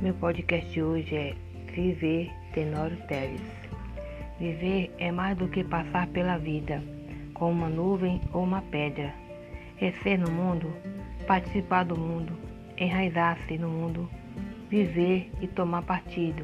Meu podcast de hoje é Viver, Tenório Teles. Viver é mais do que passar pela vida, como uma nuvem ou uma pedra. É ser no mundo, participar do mundo, enraizar-se no mundo, viver e tomar partido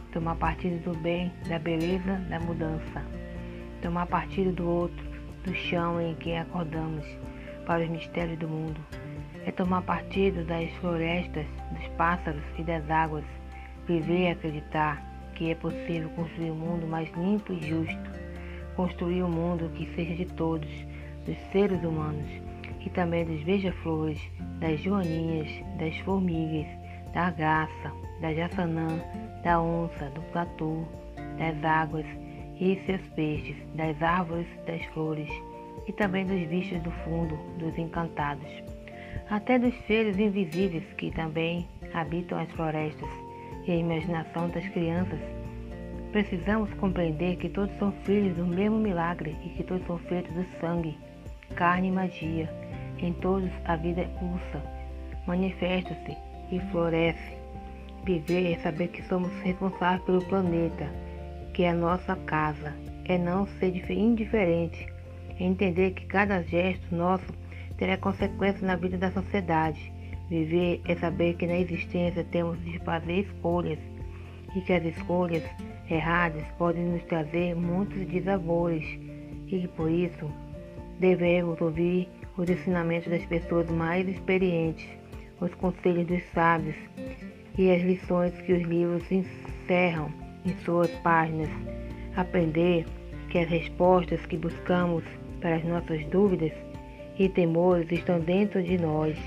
do bem, da beleza, da mudança. Tomar partido do outro, do chão em que acordamos, para os mistérios do mundo. É tomar partido das florestas, dos pássaros e das águas. Viver e acreditar que é possível construir um mundo mais limpo e justo. Construir um mundo que seja de todos, dos seres humanos e também dos beija-flores, das joaninhas, das formigas, da garça, da jaçanã, da onça, do platô, das águas e seus peixes, das árvores, das flores e também dos bichos do fundo, dos encantados. Até dos seres invisíveis que também habitam as florestas e a imaginação das crianças. Precisamos compreender que todos são filhos do mesmo milagre e que todos são feitos do sangue, carne e magia. Em todos a vida pulsa, manifesta-se e floresce. Viver é saber que somos responsáveis pelo planeta, que é a nossa casa. É não ser indiferente. É entender que cada gesto nosso terá consequências na vida da sociedade. Viver é saber que na existência temos de fazer escolhas e que as escolhas erradas podem nos trazer muitos desabores e que por isso devemos ouvir os ensinamentos das pessoas mais experientes, os conselhos dos sábios e as lições que os livros encerram em suas páginas. Aprender que as respostas que buscamos para as nossas dúvidas e temores estão dentro de nós.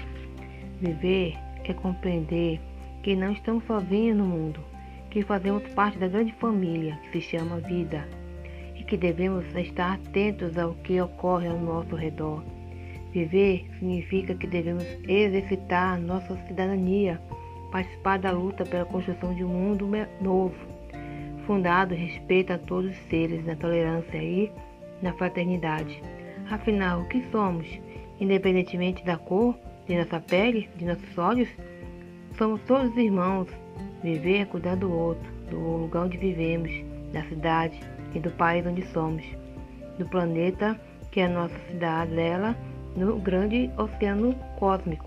Viver é compreender que não estamos sozinhos no mundo, que fazemos parte da grande família que se chama vida e que devemos estar atentos ao que ocorre ao nosso redor. Viver significa que devemos exercitar nossa cidadania, participar da luta pela construção de um mundo novo, fundado em respeito a todos os seres, na tolerância e na fraternidade. Afinal, o que somos? Independentemente da cor de nossa pele, de nossos olhos, somos todos irmãos. Viver é cuidar do outro, do lugar onde vivemos, da cidade e do país onde somos, do planeta que é a nossa cidade, dela, no grande oceano cósmico.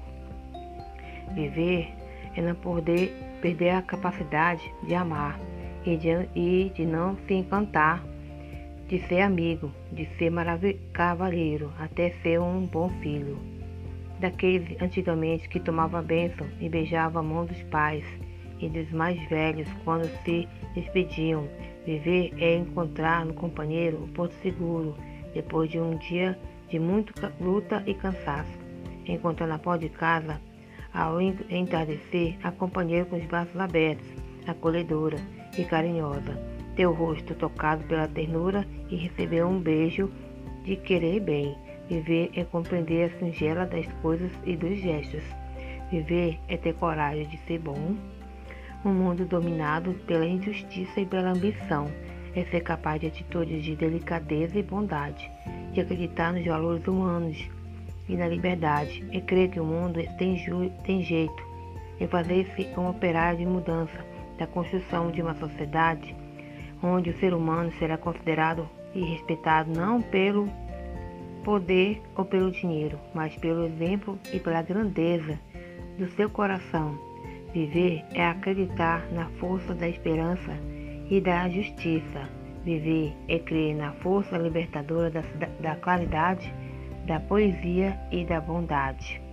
Viver é não poder perder a capacidade de amar e de não se encantar, de ser amigo, de ser cavalheiro, até ser um bom filho. Daqueles antigamente que tomavam a bênção e beijavam a mão dos pais e dos mais velhos quando se despediam. Viver é encontrar no companheiro o porto seguro, depois de um dia de muita luta e cansaço. Encontrar na porta de casa, ao entardecer, a companheira com os braços abertos, acolhedora e carinhosa. Ter o rosto tocado pela ternura e receber um beijo de querer bem. Viver é compreender a singela das coisas e dos gestos. Viver é ter coragem de ser bom. Um mundo dominado pela injustiça e pela ambição é ser capaz de atitudes de delicadeza e bondade, de acreditar nos valores humanos e na liberdade, é crer que o mundo tem jeito, é fazer-se um operário de mudança, da construção de uma sociedade onde o ser humano será considerado e respeitado não pelo poder ou pelo dinheiro, mas pelo exemplo e pela grandeza do seu coração. Viver é acreditar na força da esperança e da justiça. Viver é crer na força libertadora da claridade, da poesia e da bondade.